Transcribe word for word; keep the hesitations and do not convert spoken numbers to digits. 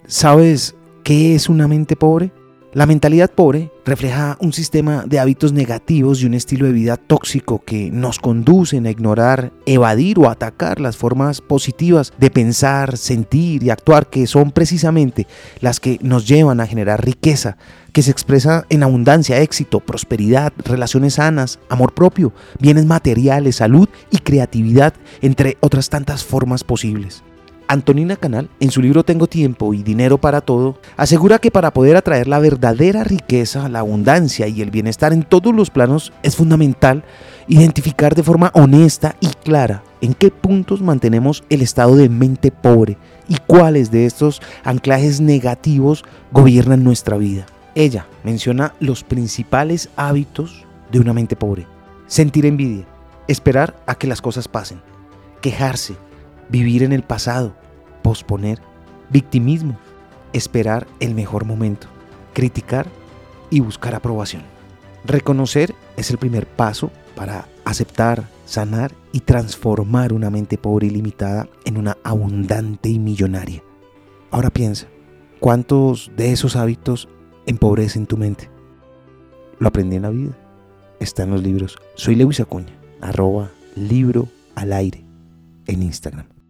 ¿Sabes qué es una mente pobre? La mentalidad pobre refleja un sistema de hábitos negativos y un estilo de vida tóxico que nos conducen a ignorar, evadir o atacar las formas positivas de pensar, sentir y actuar, que son precisamente las que nos llevan a generar riqueza, que se expresa en abundancia, éxito, prosperidad, relaciones sanas, amor propio, bienes materiales, salud y creatividad, entre otras tantas formas posibles. Antonina Canal, en su libro Tengo tiempo y dinero para todo, asegura que para poder atraer la verdadera riqueza, la abundancia y el bienestar en todos los planos es fundamental identificar de forma honesta y clara en qué puntos mantenemos el estado de mente pobre y cuáles de estos anclajes negativos gobiernan nuestra vida. Ella menciona los principales hábitos de una mente pobre: sentir envidia, esperar a que las cosas pasen, quejarse, vivir en el pasado, posponer, victimismo, esperar el mejor momento, criticar y buscar aprobación. Reconocer es el primer paso para aceptar, sanar y transformar una mente pobre y limitada en una abundante y millonaria. Ahora piensa, ¿cuántos de esos hábitos empobrecen tu mente? Lo aprendí en la vida. Está en los libros. Soy Lewis Acuña, arroba libro al aire en Instagram.